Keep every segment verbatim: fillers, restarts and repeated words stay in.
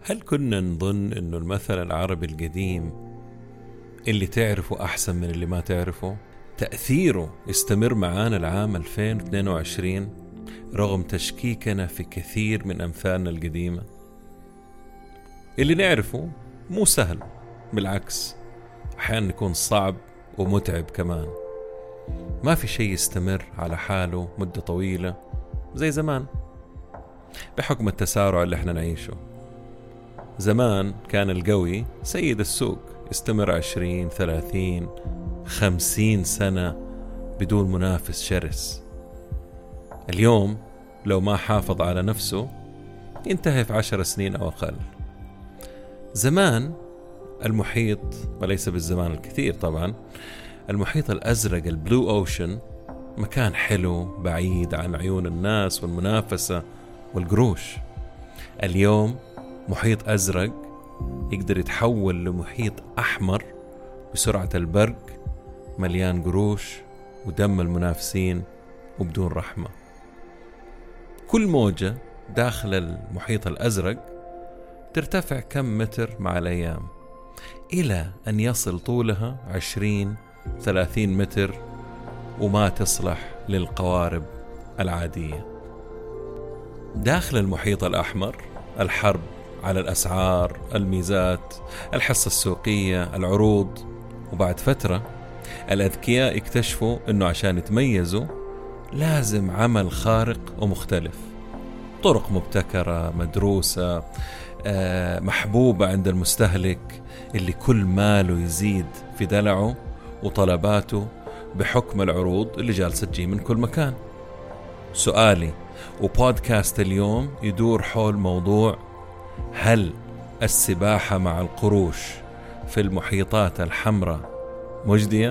هل كنا نظن إنه المثل العربي القديم اللي تعرفه أحسن من اللي ما تعرفه تأثيره يستمر معانا العام ألفين واثنين وعشرين رغم تشكيكنا في كثير من أمثالنا القديمة؟ اللي نعرفه مو سهل، بالعكس أحيانا يكون صعب ومتعب كمان. ما في شيء يستمر على حاله مدة طويلة زي زمان بحكم التسارع اللي احنا نعيشه. زمان كان القوي سيد السوق، يستمر عشرين ثلاثين خمسين سنة بدون منافس شرس. اليوم لو ما حافظ على نفسه ينتهي في عشر سنين أو أقل. زمان المحيط، وليس بالزمان الكثير طبعا، المحيط الأزرق البلو أوشن مكان حلو بعيد عن عيون الناس والمنافسة والقروش. اليوم محيط أزرق يقدر يتحول لمحيط أحمر بسرعة البرق، مليان قروش ودم المنافسين وبدون رحمة. كل موجة داخل المحيط الأزرق ترتفع كم متر مع الأيام إلى أن يصل طولها عشرين ثلاثين متر وما تصلح للقوارب العادية. داخل المحيط الأحمر الحرب على الأسعار، الميزات، الحصة السوقية، العروض. وبعد فترة الأذكياء اكتشفوا أنه عشان يتميزوا لازم عمل خارق ومختلف، طرق مبتكرة مدروسة محبوبة عند المستهلك اللي كل ماله يزيد في دلعه وطلباته بحكم العروض اللي جالسة تجي من كل مكان. سؤالي وبودكاست اليوم يدور حول موضوع: هل السباحة مع القروش في المحيطات الحمراء مجدية؟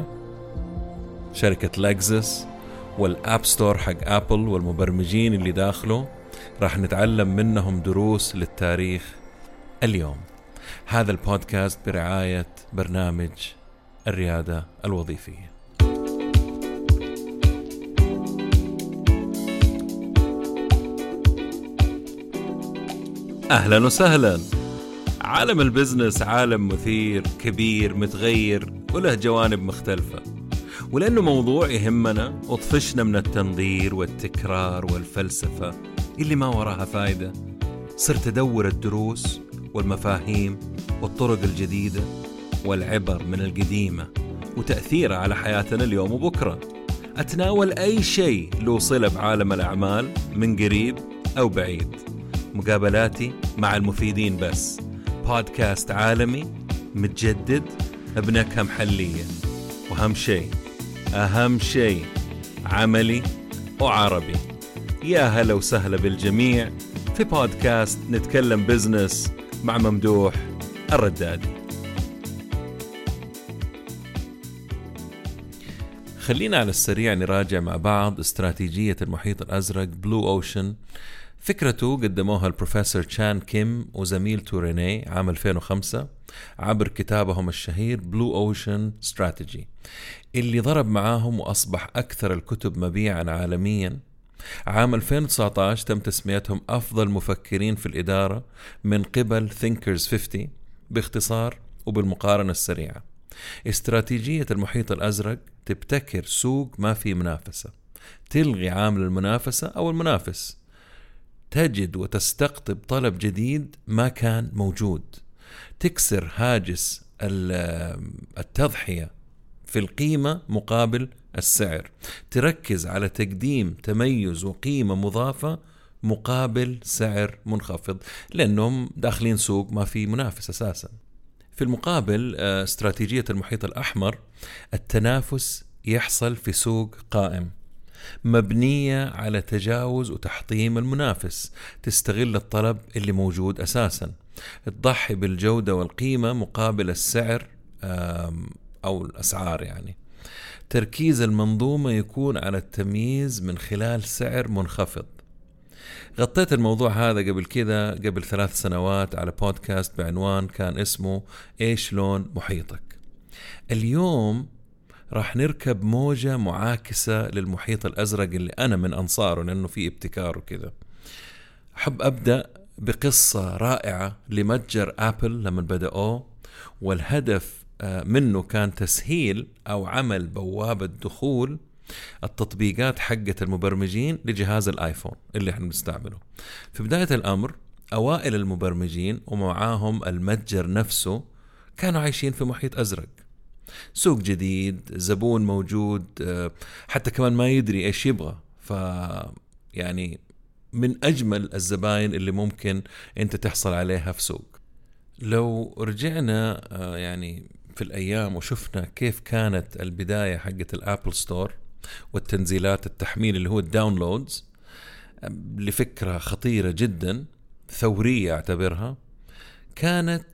شركة لكزس والآب ستور حق أبل والمبرمجين اللي داخله راح نتعلم منهم دروس للتاريخ اليوم. هذا البودكاست برعاية برنامج الريادة الوظيفية. أهلا وسهلا. عالم البزنس عالم مثير كبير متغير وله جوانب مختلفة، ولأنه موضوع يهمنا وطفشنا من التنظير والتكرار والفلسفة اللي ما وراها فايدة، صرت أدور الدروس والمفاهيم والطرق الجديدة والعبر من القديمة وتأثيرها على حياتنا اليوم وبكرة. أتناول أي شيء له صلة بعالم الأعمال من قريب أو بعيد. مقابلاتي مع المفيدين بس. بودكاست عالمي متجدد بنكهة محلية، وأهم شيء أهم شيء عملي وعربي. يا هلا وسهلا بالجميع في بودكاست نتكلم بزنس مع ممدوح الردادي. خلينا على السريع نراجع مع بعض استراتيجية المحيط الأزرق بلو أوشن. فكرته قدموها البروفيسور تشان كيم وزميلته ريني عام ألفين وخمسة عبر كتابهم الشهير بلو أوشن ستراتيجي، اللي ضرب معاهم وأصبح أكثر الكتب مبيعاً عالمياً. عام ألفين وتسعة عشر تم تسميتهم أفضل مفكرين في الإدارة من قبل ثينكرز خمسين باختصار وبالمقارنة السريعة. استراتيجية المحيط الأزرق تبتكر سوق ما فيه منافسة، تلغي عامل المنافسة أو المنافس، تجد وتستقطب طلب جديد ما كان موجود، تكسر هاجس التضحية في القيمة مقابل السعر، تركز على تقديم تميز وقيمة مضافة مقابل سعر منخفض لأنهم داخلين سوق ما في منافس أساسا. في المقابل استراتيجية المحيط الأحمر التنافس يحصل في سوق قائم مبنية على تجاوز وتحطيم المنافس، تستغل الطلب اللي موجود أساسا، تضحي بالجودة والقيمة مقابل السعر أو الأسعار. يعني تركيز المنظومة يكون على التمييز من خلال سعر منخفض. غطيت الموضوع هذا قبل كده قبل ثلاث سنوات على بودكاست بعنوان كان اسمه إيش لون محيطك. اليوم راح نركب موجة معاكسة للمحيط الأزرق اللي أنا من أنصاره لأنه فيه ابتكار وكذا. أحب أبدأ بقصة رائعة لمتجر أبل لما بدأوه، والهدف منه كان تسهيل أو عمل بوابة دخول التطبيقات حقة المبرمجين لجهاز الآيفون اللي احنا بنستعمله. في بداية الأمر أوائل المبرمجين ومعاهم المتجر نفسه كانوا عايشين في محيط أزرق، سوق جديد، زبون موجود، حتى كمان ما يدري إيش يبغى. ف يعني من أجمل الزباين اللي ممكن أنت تحصل عليها في سوق. لو رجعنا يعني في الأيام وشفنا كيف كانت البداية حقة الأبل ستور والتنزيلات التحميل اللي هو الداونلودز، لفكرة خطيرة جدا ثورية أعتبرها. كانت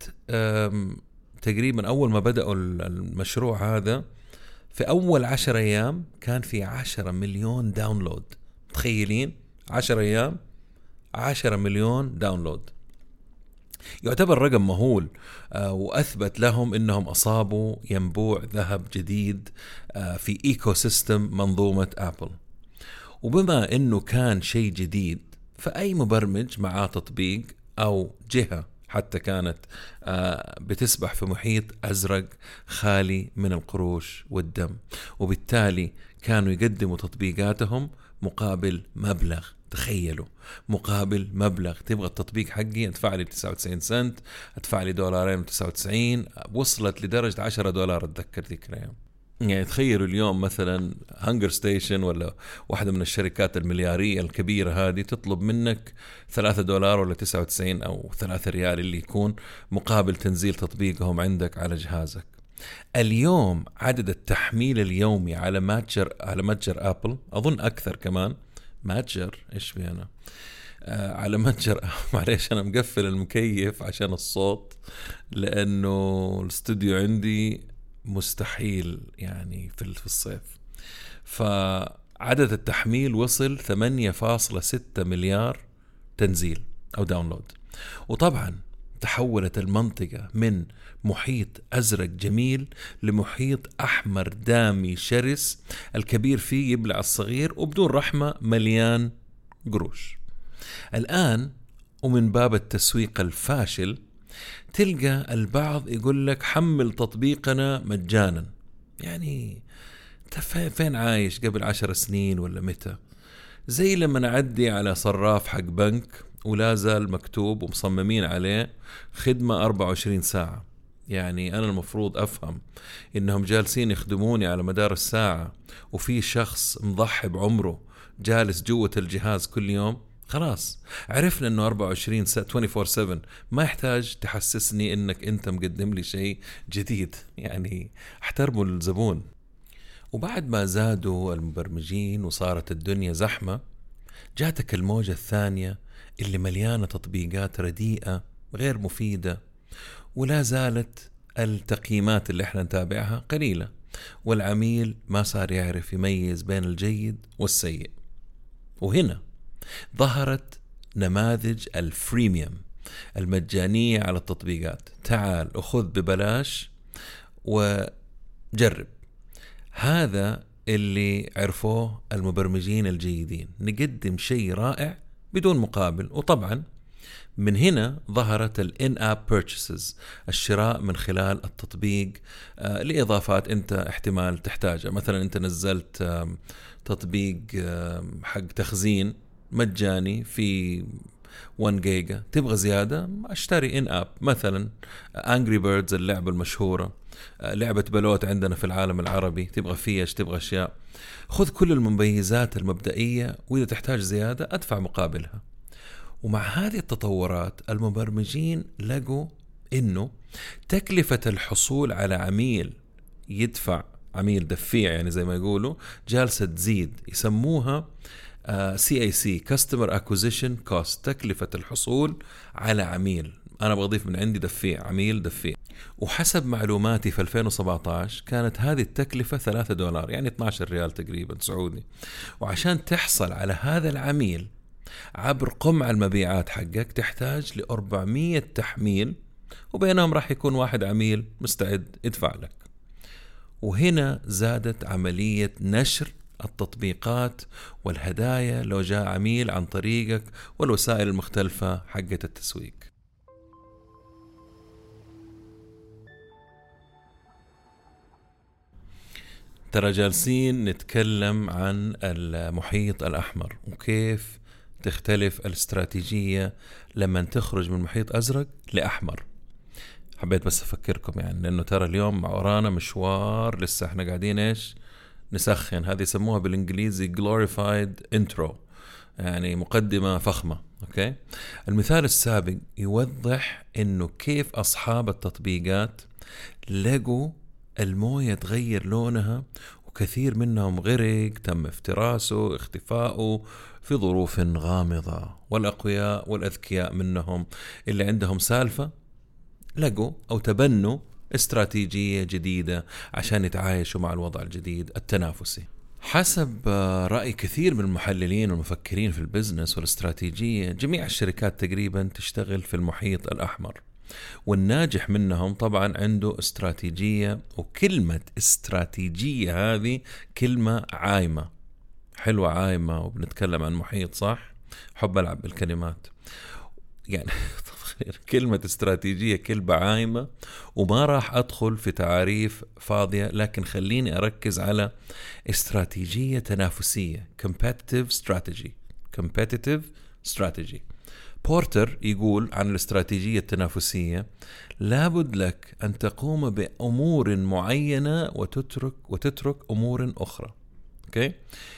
تقريبا أول ما بدأوا المشروع هذا في أول عشر أيام كان في عشرة مليون داونلود. تخيلين عشر أيام عشرة مليون داونلود، يعتبر رقم مهول. آه وأثبت لهم أنهم أصابوا ينبوع ذهب جديد آه في إيكو سيستم منظومة أبل. وبما أنه كان شيء جديد، فأي مبرمج معاه تطبيق أو جهة حتى كانت آه بتسبح في محيط أزرق خالي من القروش والدم، وبالتالي كانوا يقدموا تطبيقاتهم مقابل مبلغ. تخيلوا، مقابل مبلغ. تبغى التطبيق حقي ادفع لي تسعة وتسعين سنت، ادفع لي دولارين وتسعة وتسعين، وصلت لدرجة عشرة دولار اتذكر ذيك الايام. يعني تخيلوا اليوم مثلا هانجر ستيشن ولا واحدة من الشركات المليارية الكبيرة هذه تطلب منك ثلاثة دولار ولا تسعة وتسعين او ثلاثة ريال اللي يكون مقابل تنزيل تطبيقهم عندك على جهازك. اليوم عدد التحميل اليومي على متجر على متجر ابل اظن اكثر كمان. متجر ايش بي انا آه على متجر معليش انا مقفل المكيف عشان الصوت، لانه الاستوديو عندي مستحيل يعني في الصيف. فعدد التحميل وصل ثمانية فاصلة ستة مليار تنزيل او داونلود. وطبعا تحولت المنطقة من محيط أزرق جميل لمحيط أحمر دامي شرس، الكبير فيه يبلع الصغير وبدون رحمة، مليان قروش. الآن ومن باب التسويق الفاشل تلقى البعض يقول لك حمل تطبيقنا مجانا. يعني فين عايش قبل عشر سنين ولا متى؟ زي لما نعدي على صراف حق بنك ولا زال مكتوب ومصممين عليه خدمة أربعة وعشرين ساعة. يعني أنا المفروض أفهم إنهم جالسين يخدموني على مدار الساعة، وفي شخص مضحي بعمره جالس جوة الجهاز كل يوم. خلاص عرفنا إنه أربعة وعشرين ساعة أربعة وعشرين سبعة، ما يحتاج تحسسني إنك أنت مقدم لي شيء جديد. يعني احترموا الزبون. وبعد ما زادوا المبرمجين وصارت الدنيا زحمة، جاتك الموجة الثانية اللي مليانة تطبيقات رديئة غير مفيدة، ولا زالت التقييمات اللي احنا نتابعها قليلة، والعميل ما صار يعرف يميز بين الجيد والسيء. وهنا ظهرت نماذج الفريميوم المجانية على التطبيقات. تعال أخذ ببلاش وجرب. هذا اللي عرفوه المبرمجين الجيدين، نقدم شيء رائع بدون مقابل. وطبعا من هنا ظهرت ال in-app purchases، الشراء من خلال التطبيق آه لإضافات أنت احتمال تحتاجها. مثلا أنت نزلت آه تطبيق آه حق تخزين مجاني في واحد جيجا، تبغى زيادة اشتري in-app. مثلا Angry Birds اللعبة المشهورة، آه لعبة بلوت عندنا في العالم العربي، تبغى فيش تبغى أشياء، خذ كل المميزات المبدئية، وإذا تحتاج زيادة أدفع مقابلها. ومع هذه التطورات المبرمجين لقوا إنه تكلفة الحصول على عميل يدفع، عميل دفيع يعني زي ما يقولوا، جالسة تزيد. يسموها سي اي سي Customer Acquisition Cost، تكلفة الحصول على عميل. أنا بضيف من عندي دفيع، عميل دفيع. وحسب معلوماتي في ألفين وسبعة عشر كانت هذه التكلفة ثلاثة دولار، يعني اثنا عشر ريال تقريبا سعودي. وعشان تحصل على هذا العميل عبر قمع المبيعات حقك تحتاج ل أربعمية تحميل، وبينهم راح يكون واحد عميل مستعد يدفع لك. وهنا زادت عملية نشر التطبيقات والهدايا لو جاء عميل عن طريقك والوسائل المختلفة حقة التسويق. ترى جالسين نتكلم عن المحيط الأحمر وكيف تختلف الاستراتيجية لما تخرج من محيط أزرق لأحمر. حبيت بس أفكركم يعني لأنه ترى اليوم ورانا مشوار لسه احنا قاعدين إيش نسخن. هذه يسموها بالإنجليزي glorified intro، يعني مقدمة فخمة. أوكي. المثال السابق يوضح إنه كيف أصحاب التطبيقات لقوا الموية تغير لونها، وكثير منهم غرق، تم افتراسه اختفاؤه في ظروف غامضة، والأقوياء والأذكياء منهم اللي عندهم سالفة لقوا أو تبنوا استراتيجية جديدة عشان يتعايشوا مع الوضع الجديد التنافسي. حسب رأي كثير من المحللين والمفكرين في البزنس والاستراتيجية، جميع الشركات تقريبا تشتغل في المحيط الأحمر، والناجح منهم طبعا عنده استراتيجية. وكلمة استراتيجية هذه كلمة عايمة حلوة عايمة، وبنتكلم عن محيط صح؟ حب ألعب بالكلمات يعني كلمة استراتيجية كلمة عايمة، وما راح أدخل في تعاريف فاضية، لكن خليني أركز على استراتيجية تنافسية competitive strategy competitive strategy. بورتر يقول عن الاستراتيجية التنافسية: لابد لك أن تقوم بأمور معينة وتترك وتترك أمور أخرى. أوكي.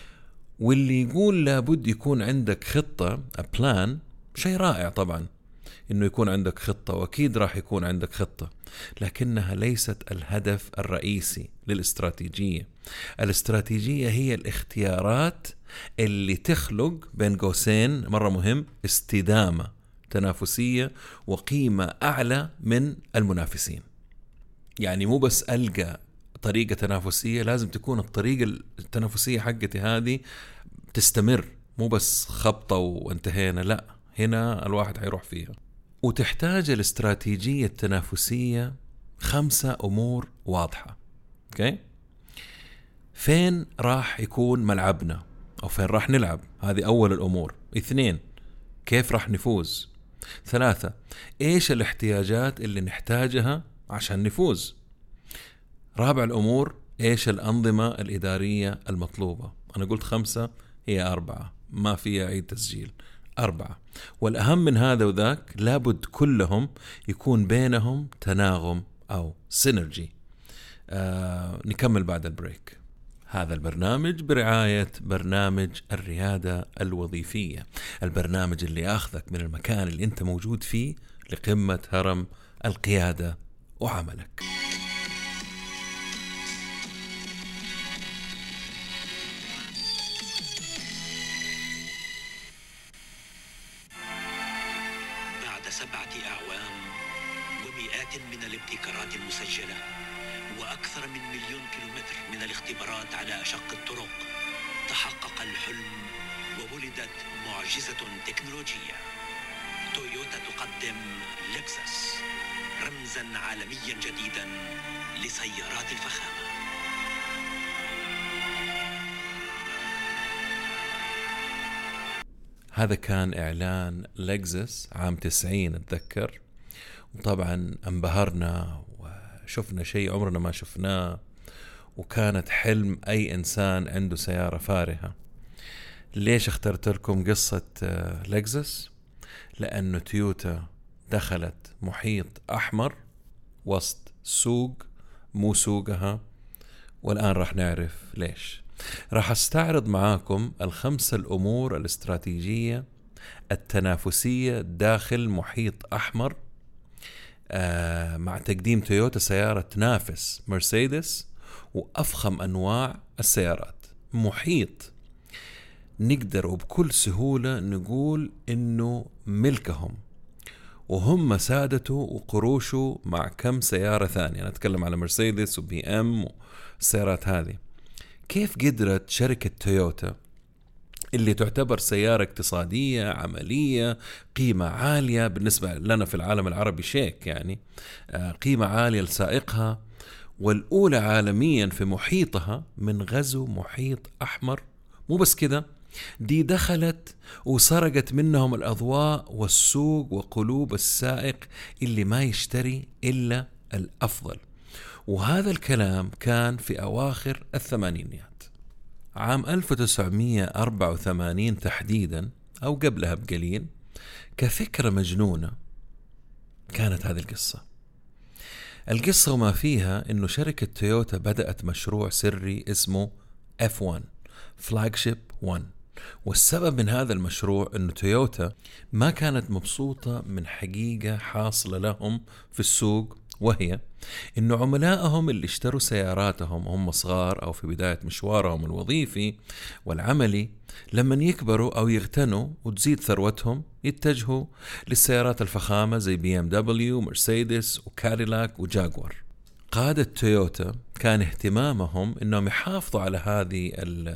واللي يقول لابد يكون عندك خطة plan، شيء رائع طبعا إنه يكون عندك خطة، وأكيد راح يكون عندك خطة، لكنها ليست الهدف الرئيسي للاستراتيجية. الاستراتيجية هي الاختيارات اللي تخلق بين قوسين مرة مهم استدامة تنافسية وقيمة أعلى من المنافسين. يعني مو بس ألقى طريقة تنافسية، لازم تكون الطريقة التنافسية حقتي هذه تستمر، مو بس خبطة وانتهينا، لا، هنا الواحد حيروح فيها. وتحتاج الاستراتيجية التنافسية خمسة أمور واضحة. أوكي؟ فين راح يكون ملعبنا أو فين راح نلعب؟ هذه أول الأمور. اثنين، كيف راح نفوز؟ ثلاثة، إيش الاحتياجات اللي نحتاجها عشان نفوز؟ رابع الأمور، إيش الأنظمة الإدارية المطلوبة؟ أنا قلت خمسة، هي أربعة، ما فيها أي تسجيل، أربعة. والأهم من هذا وذاك، لابد كلهم يكون بينهم تناغم أو سينرجي. آه، نكمل بعد البريك. هذا البرنامج برعاية برنامج الريادة الوظيفية، البرنامج اللي ياخذك من المكان اللي أنت موجود فيه لقمة هرم القيادة وعملك. بعد سبعة أعوام ومئات من الابتكارات المسجلة وأكثر من مليون كيلومتر من الاختبارات على أشق الطرق، تحقق الحلم وولدت معجزة تكنولوجية. تويوتا تقدم لكزس، رمزاً عالمياً جديداً لسيارات الفخامة. هذا كان إعلان لكزس عام تسعين أتذكر، وطبعاً انبهرنا وشفنا شيء عمرنا ما شفناه، وكانت حلم أي إنسان عنده سيارة فارهة. ليش اخترت لكم قصة لكزس؟ لأنه تويوتا دخلت محيط أحمر وسط سوق مو سوقها، والآن راح نعرف ليش. راح استعرض معاكم الخمسة الأمور الاستراتيجية التنافسية داخل محيط أحمر، آه مع تقديم تويوتا سيارة تنافس مرسيدس وأفخم أنواع السيارات. محيط نقدر وبكل سهولة نقول إنه ملكهم، وهم سادته وقروشه مع كم سيارة ثانية. أنا أتكلم على مرسيدس وبي أم والسيارات هذه. كيف قدرت شركة تويوتا اللي تعتبر سيارة اقتصادية عملية قيمة عالية بالنسبة لنا في العالم العربي، شيك يعني قيمة عالية لسائقها، والأولى عالميا في محيطها من غزو محيط أحمر. مو بس كده، دي دخلت وسرقت منهم الأضواء والسوق وقلوب السائق اللي ما يشتري إلا الأفضل. وهذا الكلام كان في أواخر الثمانينيات. عام ألف وتسعمية وأربعة وثمانين تحديدا أو قبلها بقليل، كفكرة مجنونة كانت هذه القصة. القصة وما فيها إنه شركة تويوتا بدأت مشروع سري اسمه إف واحد فلاجشيب واحد. والسبب من هذا المشروع إنه تويوتا ما كانت مبسوطة من حقيقة حاصلة لهم في السوق، وهي إنه عملائهم اللي اشتروا سياراتهم هم صغار أو في بداية مشوارهم الوظيفي والعملي، لما يكبروا أو يغتنوا وتزيد ثروتهم يتجهوا للسيارات الفخامة زي بي ام دبليو، مرسيدس وكاديلاك وجاكوار. قادة تويوتا كان اهتمامهم إنهم يحافظوا على هذه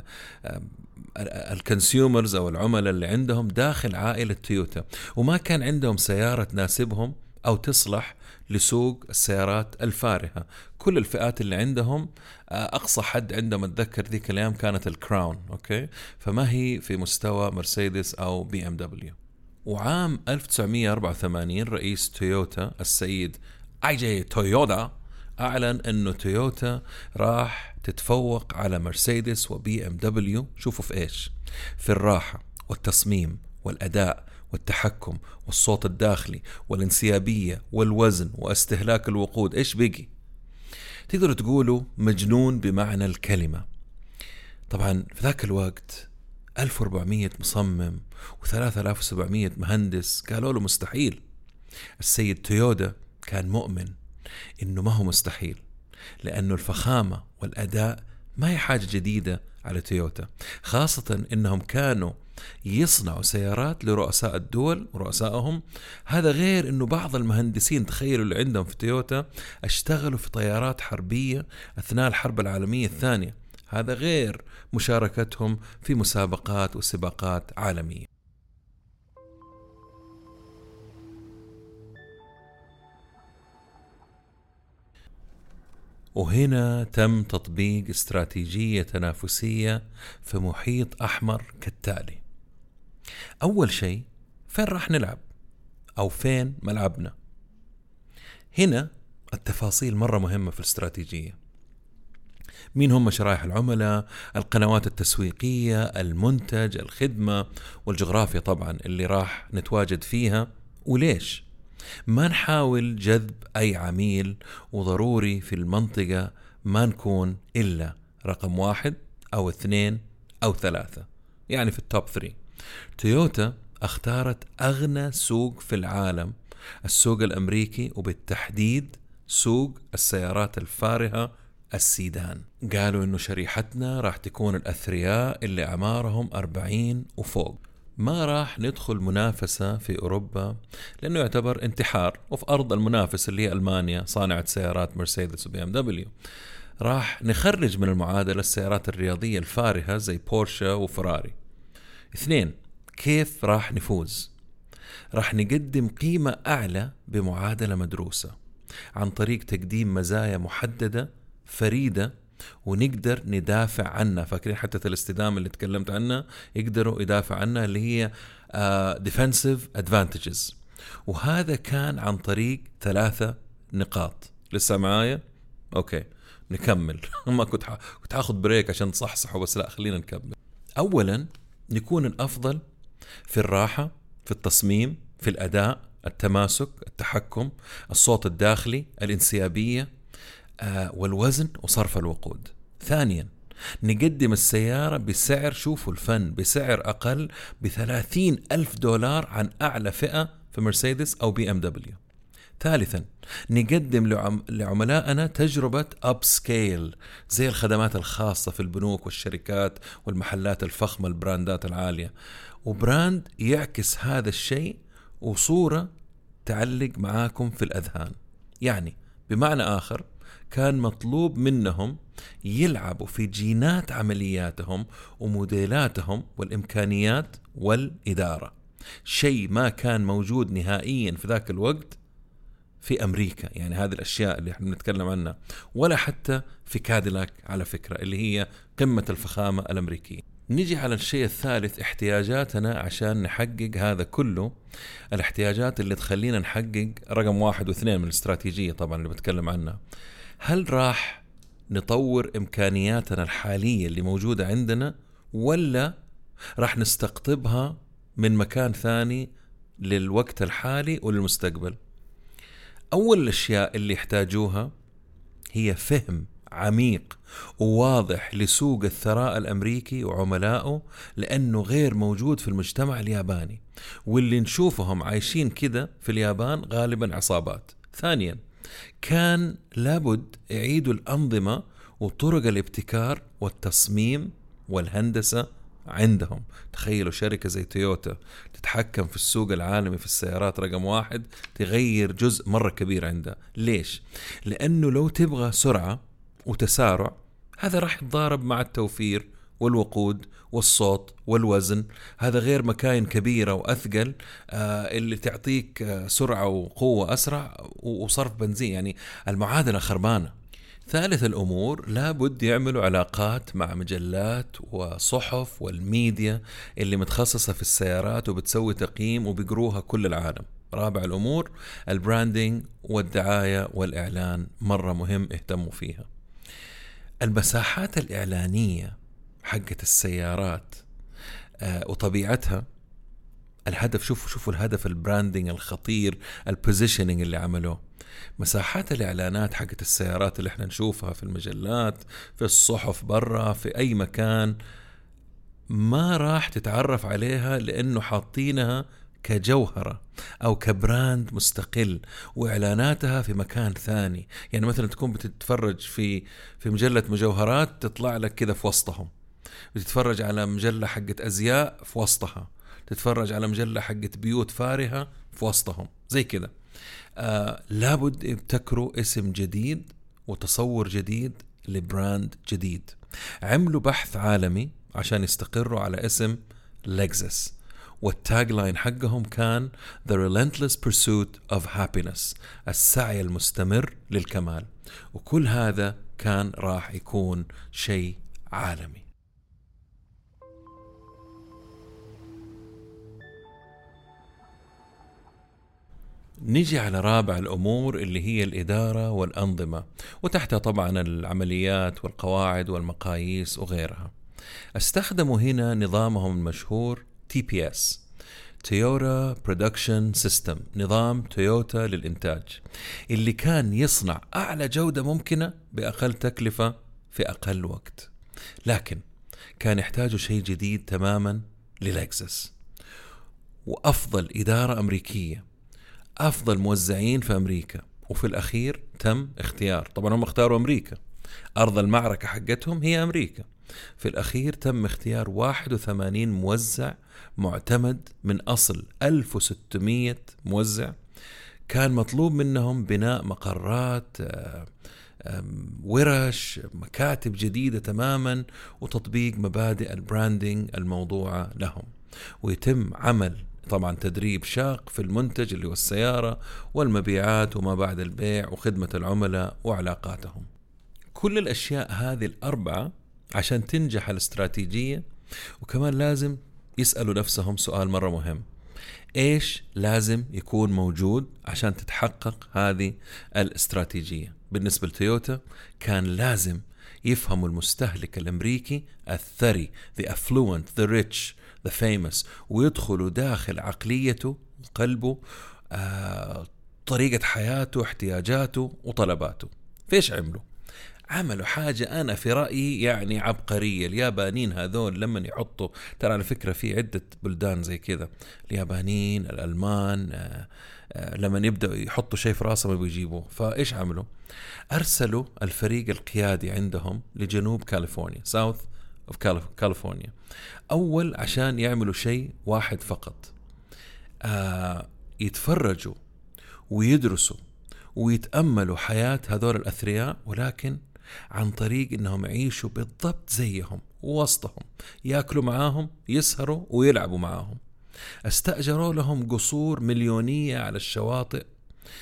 الكونسيومرز أو العملاء اللي عندهم داخل عائلة تويوتا، وما كان عندهم سيارة تناسبهم أو تصلح لسوق السيارات الفارهة. كل الفئات اللي عندهم أقصى حد عندهم أتذكر ذيك الأيام كانت الكراون، أوكي، فما هي في مستوى مرسيدس أو بي ام دبليو. وعام ألف وتسعمية وأربعة وثمانين رئيس تويوتا السيد اي جي تويودا أعلن أنه تويوتا راح تتفوق على مرسيدس وبي ام دبليو. شوفوا في إيش؟ في الراحة والتصميم والأداء والتحكم والصوت الداخلي والانسيابية والوزن واستهلاك الوقود. إيش بقي؟ تقدروا تقولوا مجنون بمعنى الكلمة. طبعا في ذاك الوقت ألف وأربعمية مصمم وثلاثة آلاف وسبعمية مهندس قالوا له مستحيل. السيد تويودا كان مؤمن إنه ما هو مستحيل، لأنه الفخامة والأداء ما هي حاجة جديدة على تويوتا، خاصة إنهم كانوا يصنعوا سيارات لرؤساء الدول ورؤسائهم. هذا غير إنه بعض المهندسين تخيلوا اللي عندهم في تويوتا اشتغلوا في طيارات حربية أثناء الحرب العالمية الثانية. هذا غير مشاركتهم في مسابقات وسباقات عالمية. وهنا تم تطبيق استراتيجية تنافسية في محيط أحمر كالتالي. أول شيء، فين راح نلعب أو فين ملعبنا؟ هنا التفاصيل مرة مهمة في الاستراتيجية. مين هم شرائح العملاء، القنوات التسويقية، المنتج، الخدمة، والجغرافيا طبعا اللي راح نتواجد فيها، وليش؟ ما نحاول جذب أي عميل، وضروري في المنطقة ما نكون إلا رقم واحد أو اثنين أو ثلاثة، يعني في التوب ثري. تويوتا اختارت أغنى سوق في العالم، السوق الأمريكي، وبالتحديد سوق السيارات الفارهة السيدان. قالوا إنه شريحتنا راح تكون الأثرياء اللي أعمارهم أربعين وفوق. ما راح ندخل منافسة في أوروبا لأنه يعتبر انتحار، وفي أرض المنافس اللي هي ألمانيا صانعة سيارات مرسيدس وبي ام دبليو. راح نخرج من المعادلة السيارات الرياضية الفارهة زي بورشا وفراري. اثنين، كيف راح نفوز؟ راح نقدم قيمة أعلى بمعادلة مدروسة عن طريق تقديم مزايا محددة فريدة ونقدر ندافع عنها. فاكرين حتى الاستدامة اللي تكلمت عنها يقدروا يدافع عنها، اللي هي uh, defensive advantages. وهذا كان عن طريق ثلاثة نقاط. لسه معايا؟ أوكي نكمل. ما كنت ح... كنت هاخد بريك عشان تصحصحوا، بس لا خلينا نكمل. أولا، نكون الأفضل في الراحة، في التصميم، في الأداء، التماسك، التحكم، الصوت الداخلي، الانسيابية، آه والوزن وصرف الوقود. ثانيا، نقدم السيارة بسعر، شوفوا الفن، بسعر أقل بثلاثين ألف دولار عن أعلى فئة في مرسيدس أو بي ام دبليو. ثالثا، نقدم لعم... لعملائنا تجربة أب سكيل زي الخدمات الخاصة في البنوك والشركات والمحلات الفخمة، البراندات العالية، وبراند يعكس هذا الشيء وصورة تعلق معاكم في الأذهان. يعني بمعنى آخر، كان مطلوب منهم يلعبوا في جينات عملياتهم وموديلاتهم والإمكانيات والإدارة، شيء ما كان موجود نهائيا في ذاك الوقت في أمريكا، يعني هذه الأشياء اللي احنا بنتكلم عنها، ولا حتى في كاديلاك على فكرة اللي هي قمة الفخامة الأمريكية. نيجي على الشيء الثالث، احتياجاتنا عشان نحقق هذا كله. الاحتياجات اللي تخلينا نحقق رقم واحد واثنين من الاستراتيجية طبعا اللي بتكلم عنها. هل راح نطور إمكانياتنا الحالية اللي موجودة عندنا، ولا راح نستقطبها من مكان ثاني للوقت الحالي وللمستقبل؟ أول الأشياء اللي يحتاجوها هي فهم عميق وواضح لسوق الثراء الأمريكي وعملائه، لأنه غير موجود في المجتمع الياباني، واللي نشوفهم عايشين كده في اليابان غالبا عصابات. ثانيا، كان لابد يعيدوا الأنظمة وطرق الابتكار والتصميم والهندسة عندهم. تخيلوا شركة زي تويوتا تتحكم في السوق العالمي في السيارات رقم واحد، تغير جزء مرة كبير عندها. ليش؟ لأنه لو تبغى سرعة وتسارع، هذا راح يتضارب مع التوفير والوقود والصوت والوزن. هذا غير مكاين كبيرة وأثقل آه اللي تعطيك آه سرعة وقوة أسرع وصرف بنزين، يعني المعادلة خربانة. ثالث الأمور، لابد يعملوا علاقات مع مجلات وصحف والميديا اللي متخصصة في السيارات وبتسوي تقييم وبيقروها كل العالم. رابع الأمور، البراندينج والدعاية والإعلان، مرة مهم اهتموا فيها. المساحات الإعلانية حقت السيارات آه وطبيعتها، الهدف، شوفوا شوفوا الهدف البراندينج الخطير، البوزيشنينج اللي عملوه. مساحات الإعلانات حقت السيارات اللي احنا نشوفها في المجلات، في الصحف، برا، في أي مكان، ما راح تتعرف عليها لأنه حاطينها كجوهرة أو كبراند مستقل، وإعلاناتها في مكان ثاني. يعني مثلا تكون بتتفرج في في مجلة مجوهرات، تطلع لك كذا في وسطهم. بتتفرج على مجلة حقت أزياء، في وسطها. تتفرج على مجلة حقت بيوت فارهة، في وسطهم، زي كده. آه لابد يبتكروا اسم جديد وتصور جديد لبراند جديد. عملوا بحث عالمي عشان يستقروا على اسم لكزس، والتاج لاين حقهم كان The Relentless Pursuit of Happiness، السعي المستمر للكمال. وكل هذا كان راح يكون شيء عالمي. نيجي على رابع الأمور اللي هي الإدارة والأنظمة، وتحتها طبعا العمليات والقواعد والمقاييس وغيرها. استخدموا هنا نظامهم المشهور تي بي إس، تويوتا برودكشن سيستم، نظام تويوتا للإنتاج، اللي كان يصنع أعلى جودة ممكنة بأقل تكلفة في أقل وقت. لكن كان يحتاجوا شيء جديد تماما للكزس، وأفضل إدارة أمريكية، أفضل موزعين في أمريكا. وفي الأخير تم اختيار، طبعا هم اختاروا أمريكا، أرض المعركة حقتهم هي أمريكا. في الأخير تم اختيار واحد وثمانين موزع معتمد من أصل ألف وستمية موزع. كان مطلوب منهم بناء مقرات، ورش، مكاتب جديدة تماما، وتطبيق مبادئ البراندينج الموضوعة لهم. ويتم عمل طبعا تدريب شاق في المنتج اللي هو السيارة والمبيعات وما بعد البيع وخدمة العملاء وعلاقاتهم. كل الأشياء هذه الأربعة عشان تنجح الاستراتيجية. وكمان لازم يسألوا نفسهم سؤال مرة مهم، إيش لازم يكون موجود عشان تتحقق هذه الاستراتيجية؟ بالنسبة لتويوتا كان لازم يفهموا المستهلك الأمريكي الثري، the affluent, the rich, the famous، ويدخلوا داخل عقليته وقلبه، آه، طريقة حياته، احتياجاته وطلباته. فيش عملوا؟ عملوا حاجة أنا في رأيي يعني عبقرية. اليابانيين هذول لما يحطوا، ترى على فكرة في عدة بلدان زي كذا، اليابانيين، الألمان، آه آه لما يبدأوا يحطوا شيء في راسهم بيجيبوه. فإيش عملوا؟ أرسلوا الفريق القيادي عندهم لجنوب كاليفورنيا، South of كاليفورنيا، أول عشان يعملوا شيء واحد فقط، آه يتفرجوا ويدرسوا ويتأملوا حياة هذول الأثرياء، ولكن عن طريق إنهم يعيشوا بالضبط زيهم ووسطهم، يأكلوا معاهم، يسهروا ويلعبوا معاهم. استأجروا لهم قصور مليونية على الشواطئ،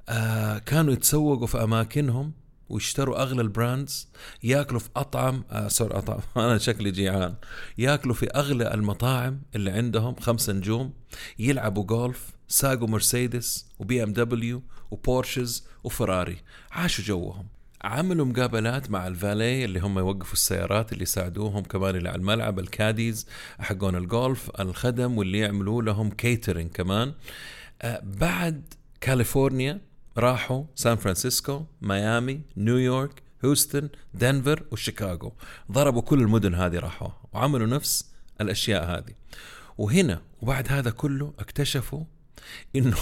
آه كانوا يتسوقوا في أماكنهم ويشتروا أغلى البراندز، يأكلوا في أطعم آه سوري أطعم أنا شكلي جيعان يأكلوا في أغلى المطاعم اللي عندهم خمسة نجوم، يلعبوا جولف، ساقوا مرسيدس وبي ام دبليو وبورشز وفراري، عاشوا جوهم. عملوا مقابلات مع الفالي اللي هم يوقفوا السيارات اللي يساعدوهم كمان اللي على الملعب، الكاديز حقون الجولف، الخدم واللي يعملوا لهم كيترينج كمان. آه بعد كاليفورنيا راحوا سان فرانسيسكو، ميامي، نيويورك، هوستن، دنفر وشيكاغو، ضربوا كل المدن هذه راحوا وعملوا نفس الأشياء هذه. وهنا وبعد هذا كله اكتشفوا إنه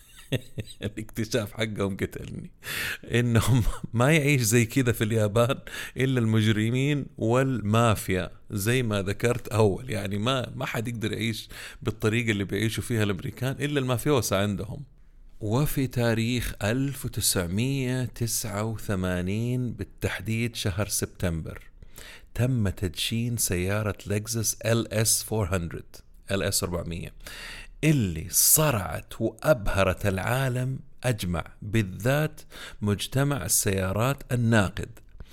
الاكتشاف حقهم قتلني، إنهم ما يعيش زي كذا في اليابان إلا المجرمين والمافيا زي ما ذكرت أول، يعني ما ما حد يقدر يعيش بالطريقة اللي بيعيشوا فيها الأمريكان إلا المافيوسا عندهم. وفي تاريخ ألف وتسعمية وتسعة وثمانين بالتحديد شهر سبتمبر تم تدشين سيارة لكزس ال اس أربعمية ال اس أربعمية اللي صرعت وأبهرت العالم أجمع، بالذات مجتمع السيارات الناقد،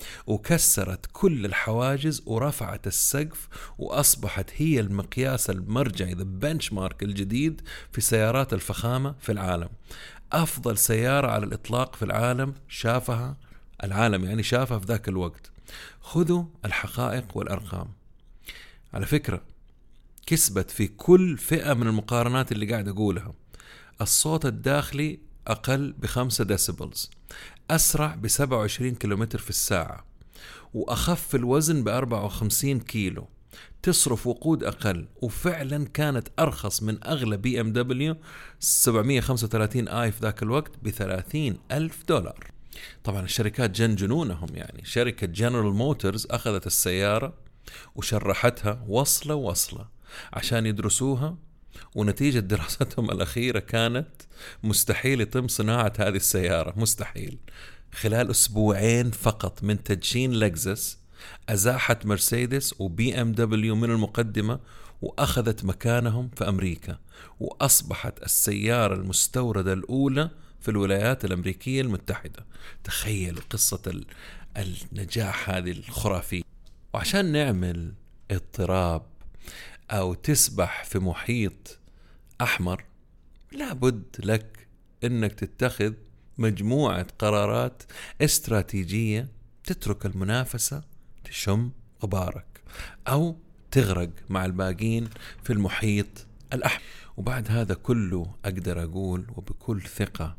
وكسرت كل الحواجز ورفعت السقف، وأصبحت هي المقياس المرجعي the benchmark الجديد في سيارات الفخامة في العالم. أفضل سيارة على الإطلاق في العالم شافها العالم، يعني شافها في ذاك الوقت. خذوا الحقائق والأرقام. على فكرة كسبت في كل فئة من المقارنات اللي قاعد أقولها. الصوت الداخلي أقل بخمسة ديسيبلز، أسرع بسبعة وعشرين كيلومتر في الساعة، وأخف الوزن بأربعة وخمسين كيلو، تصرف وقود أقل، وفعلا كانت أرخص من أغلى بي ام دبليو سبعمية وخمسة وثلاثين آي في ذاك الوقت بثلاثين ألف دولار. طبعا الشركات جن جنونهم، يعني شركة جنرال موتورز أخذت السيارة وشرحتها وصلة وصلة عشان يدرسوها، ونتيجة دراستهم الأخيرة كانت مستحيل يتم صناعة هذه السيارة، مستحيل. خلال أسبوعين فقط من تدشين لكزس أزاحت مرسيدس وبي ام دبليو من المقدمة وأخذت مكانهم في أمريكا، وأصبحت السيارة المستوردة الأولى في الولايات الأمريكية المتحدة. تخيل قصة النجاح هذه الخرافية. وعشان نعمل اضطراب أو تسبح في محيط أحمر لابد لك أنك تتخذ مجموعة قرارات استراتيجية تترك المنافسة تشم غبارك أو تغرق مع الباقين في المحيط الأحمر. وبعد هذا كله أقدر أقول وبكل ثقة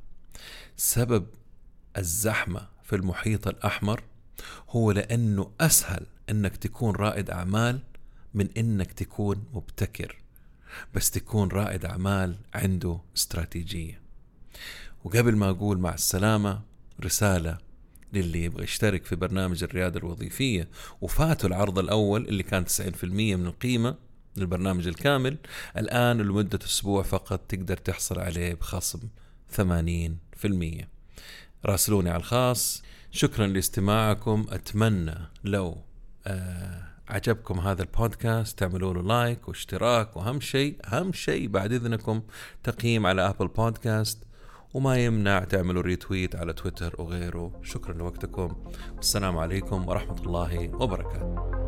سبب الزحمة في المحيط الأحمر هو لأنه أسهل أنك تكون رائد أعمال من أنك تكون مبتكر، بس تكون رائد أعمال عنده استراتيجية. وقبل ما أقول مع السلامة، رسالة للي يبغى يشترك في برنامج الريادة الوظيفية وفاتوا العرض الأول اللي كان تسعين بالمية من القيمة للبرنامج الكامل، الآن لمدة أسبوع فقط تقدر تحصل عليه بخصم ثمانين بالمية. راسلوني على الخاص. شكرا لاستماعكم. أتمنى لو آه عجبكم هذا البودكاست تعملوا له لايك واشتراك، وأهم شيء أهم شيء بعد إذنكم تقييم على أبل بودكاست، وما يمنع تعملوا ريتويت على تويتر وغيره. شكرا لوقتكم، والسلام عليكم ورحمة الله وبركاته.